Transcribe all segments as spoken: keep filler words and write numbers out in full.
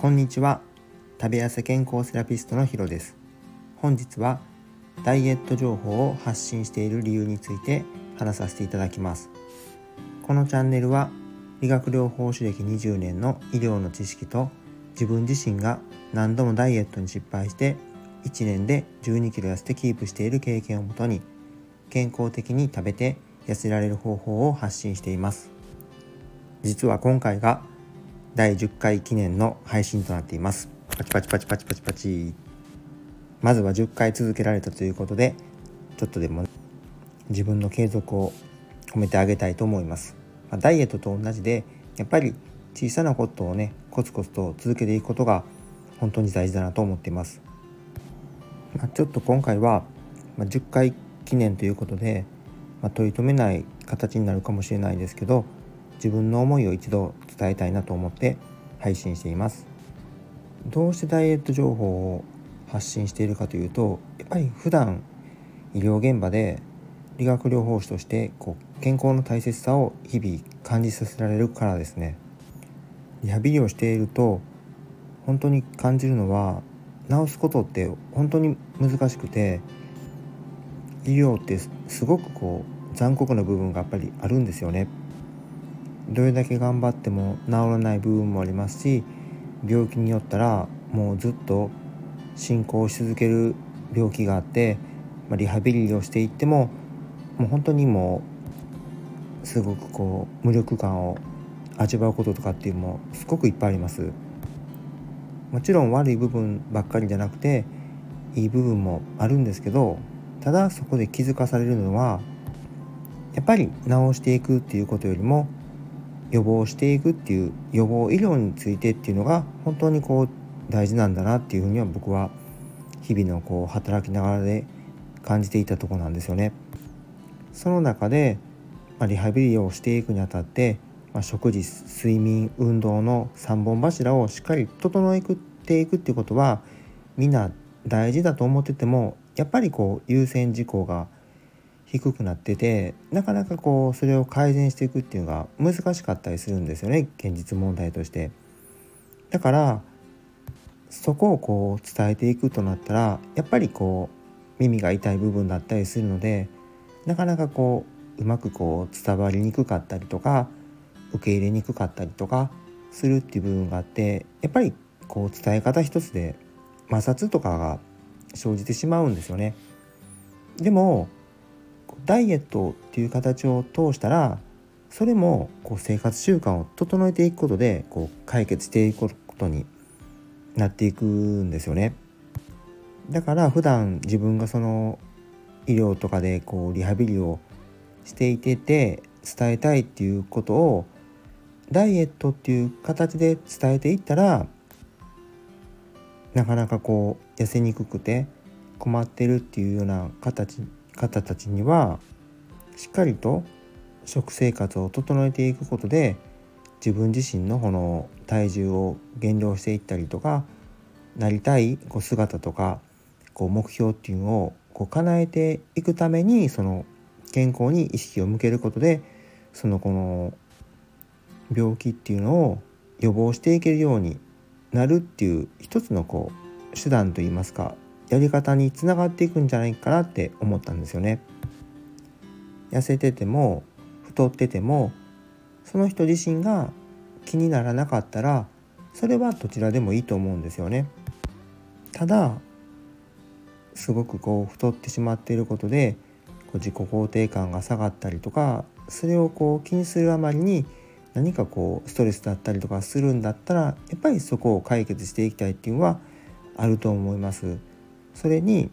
こんにちは。食べ痩せ健康セラピストのヒロです。本日はダイエット情報を発信している理由について話させていただきます。このチャンネルは理学療法士歴にじゅうねんの医療の知識と自分自身が何度もダイエットに失敗していちねんでじゅうにキロ痩せてキープしている経験をもとに健康的に食べて痩せられる方法を発信しています。実は今回がだいじゅっかい記念の配信となっています。パチパチパチパチパチパチ。まずはじゅっかい続けられたということで、ちょっとでも自分の継続を褒めてあげたいと思います。まあ、ダイエットと同じで、やっぱり小さなことをね、コツコツと続けていくことが本当に大事だなと思っています。まあ、ちょっと今回はじゅっかい記念ということで、まあ、取り留めない形になるかもしれないですけど、自分の思いを一度伝えたいなと思って配信しています。どうしてダイエット情報を発信しているかというと、やっぱり普段医療現場で理学療法士としてこう健康の大切さを日々感じさせられるからですね。リハビリをしていると本当に感じるのは、治すことって本当に難しくて、医療ってすごくこう残酷な部分がやっぱりあるんですよね。どれだけ頑張っても治らない部分もありますし、病気によったらもうずっと進行し続ける病気があって、まあ、リハビリをしていってももう本当にもうすごくこう無力感を味わうこととかっていうのもすごくいっぱいあります。もちろん悪い部分ばっかりじゃなくていい部分もあるんですけど、ただそこで気づかされるのは、やっぱり治していくっていうことよりも予防していくっていう予防医療についてっていうのが本当にこう大事なんだなっていうふうには僕は日々のこう働きながらで感じていたところなんですよね。その中で、まあ、リハビリをしていくにあたって、まあ、食事、睡眠、運動のさんぼん柱をしっかり整えていくっていうことはみんな大事だと思ってても、やっぱりこう優先事項が低くなってて、なかなかこうそれを改善していくっていうのが難しかったりするんですよね、現実問題として。だからそこをこう伝えていくとなったら、やっぱりこう耳が痛い部分だったりするので、なかなかこううまくこう伝わりにくかったりとか受け入れにくかったりとかするっていう部分があって、やっぱりこう伝え方一つで摩擦とかが生じてしまうんですよね。でもダイエットっていう形を通したら、それもこう生活習慣を整えていくことでこう解決していくことになっていくんですよね。だから普段自分がその医療とかでこうリハビリをしていてて伝えたいっていうことをダイエットっていう形で伝えていったら、なかなかこう痩せにくくて困ってるっていうような形方たちにはしっかりと食生活を整えていくことで、自分自身のこの体重を減量していったりとか、なりたいこう姿とかこう目標っていうのをこう叶えていくために、その健康に意識を向けることで、そのこの病気っていうのを予防していけるようになるっていう一つのこう手段といいますか、やり方につながっていくんじゃないかなって思ったんですよね。痩せてても太ってても、その人自身が気にならなかったらそれはどちらでもいいと思うんですよね。ただすごくこう太ってしまっていることでこう自己肯定感が下がったりとか、それをこう気にするあまりに何かこうストレスだったりとかするんだったら、やっぱりそこを解決していきたいっていうのはあると思います。それに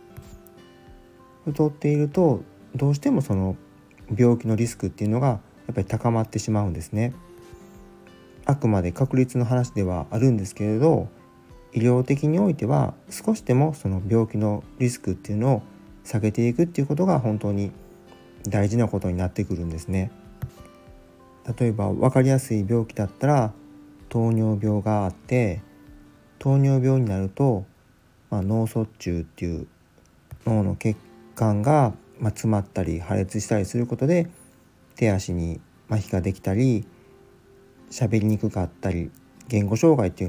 太っているとどうしてもその病気のリスクっていうのがやっぱり高まってしまうんですね。あくまで確率の話ではあるんですけれど、医療的においては少しでもその病気のリスクっていうのを下げていくっていうことが本当に大事なことになってくるんですね。例えば分かりやすい病気だったら糖尿病があって、糖尿病になると、まあ、脳卒中っていう脳の血管が、まあ、詰まったり破裂したりすることで手足に麻痺ができたり喋りにくかったり言語障害っていうのが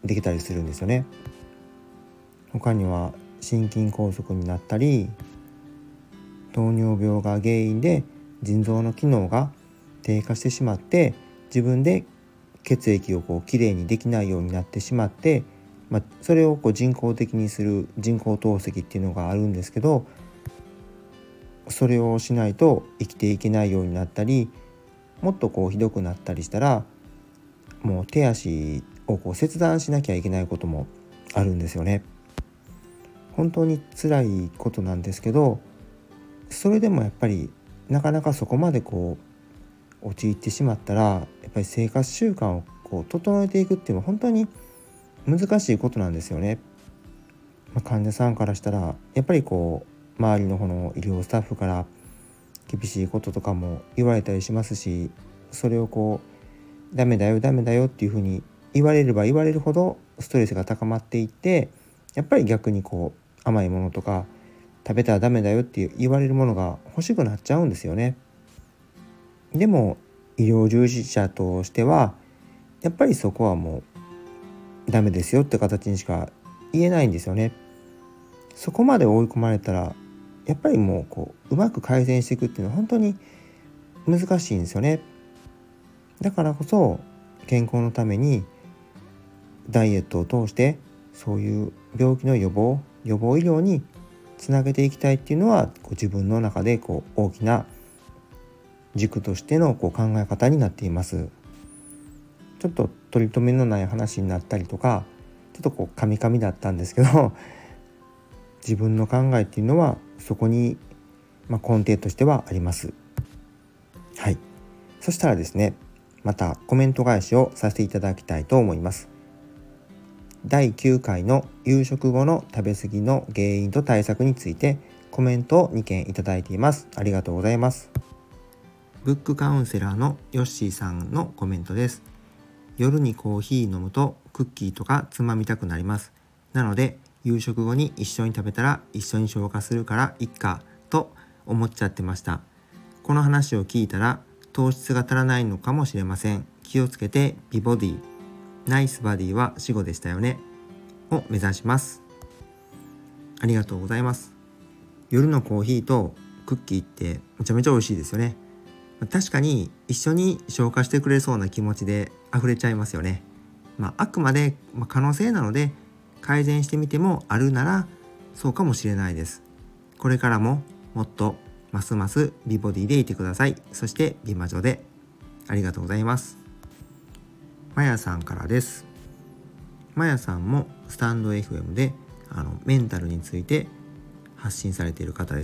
できたりするんですよね。他には心筋梗塞になったり、糖尿病が原因で腎臓の機能が低下してしまって、自分で血液をこうきれいにできないようになってしまって、まあ、それをこう人工的にする人工透析っていうのがあるんですけど、それをしないと生きていけないようになったり、もっとこうひどくなったりしたら、もう手足をこう切断しなきゃいけないこともあるんですよね。本当に辛いことなんですけど、それでもやっぱりなかなかそこまでこう陥ってしまったら、やっぱり生活習慣をこう整えていくっていうのは本当に難しいことなんですよね。まあ、患者さんからしたらやっぱりこう周りのこの医療スタッフから厳しいこととかも言われたりしますし、それをこうダメだよダメだよっていうふうに言われれば言われるほどストレスが高まっていって、やっぱり逆にこう甘いものとか食べたらダメだよって言われるものが欲しくなっちゃうんですよね。でも医療従事者としてはやっぱりそこはもうダメですよって形にしか言えないんですよね。そこまで追い込まれたらやっぱりもうこううまく改善していくっていうのは本当に難しいんですよね。だからこそ健康のためにダイエットを通してそういう病気の予防予防医療につなげていきたいっていうのは、こう自分の中でこう大きな軸としてのこう考え方になっています。ちょっと取り留めのない話になったりとか、ちょっとこうカミカミだったんですけど自分の考えっていうのはそこに、まあ、根底としてはあります。はい。そしたらですね、またコメント返しをさせていただきたいと思います。だいきゅうかいの夕食後の食べ過ぎの原因と対策についてコメントをにけんいただいています。ありがとうございます。ブックカウンセラーのヨッシーさんのコメントです。夜にコーヒー飲むとクッキーとかつまみたくなります。なので夕食後に一緒に食べたら一緒に消化するからいっかと思っちゃってました。この話を聞いたら糖質が足らないのかもしれません。気をつけて美ボディ、ナイスバディは死語でしたよねを目指します。ありがとうございます。夜のコーヒーとクッキーってめちゃめちゃ美味しいですよね。確かに一緒に消化してくれそうな気持ちで溢れちゃいますよね。まあ、あくまで可能性なので改善してみてもあるならそうかもしれないです。これからももっとますます美ボディでいてください。そして美魔女で。ありがとうございます。まやさんからです。まやさんもスタンド エフエム であのメンタルについて発信されている方です。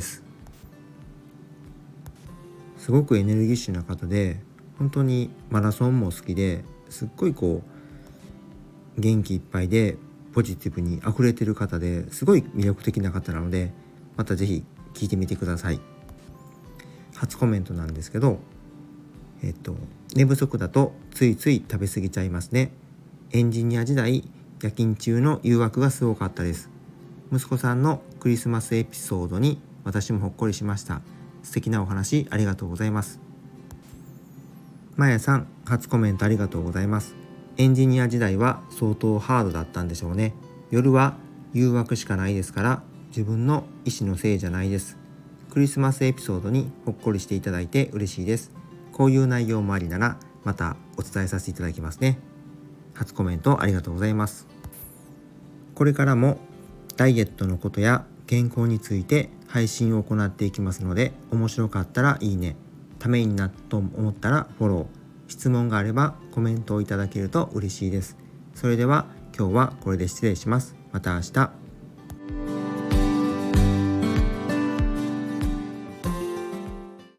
すごくエネルギッシュな方で、本当にマラソンも好きで、すっごいこう元気いっぱいでポジティブに溢れてる方で、すごい魅力的な方なので、またぜひ聞いてみてください。初コメントなんですけど、えっと寝不足だとついつい食べ過ぎちゃいますね。エンジニア時代夜勤中の誘惑がすごかったです。息子さんのクリスマスエピソードに私もほっこりしました。素敵なお話ありがとうございます。まやさん、初コメントありがとうございます。エンジニア時代は相当ハードだったんでしょうね。夜は誘惑しかないですから、自分の意思のせいじゃないです。クリスマスエピソードにほっこりしていただいて嬉しいです。こういう内容もありならまたお伝えさせていただきますね。初コメントありがとうございます。これからもダイエットのことや健康について配信を行っていきますので、面白かったらいいね、ためになったと思ったらフォロー、質問があればコメントをいただけると嬉しいです。それでは今日はこれで失礼します。また明日。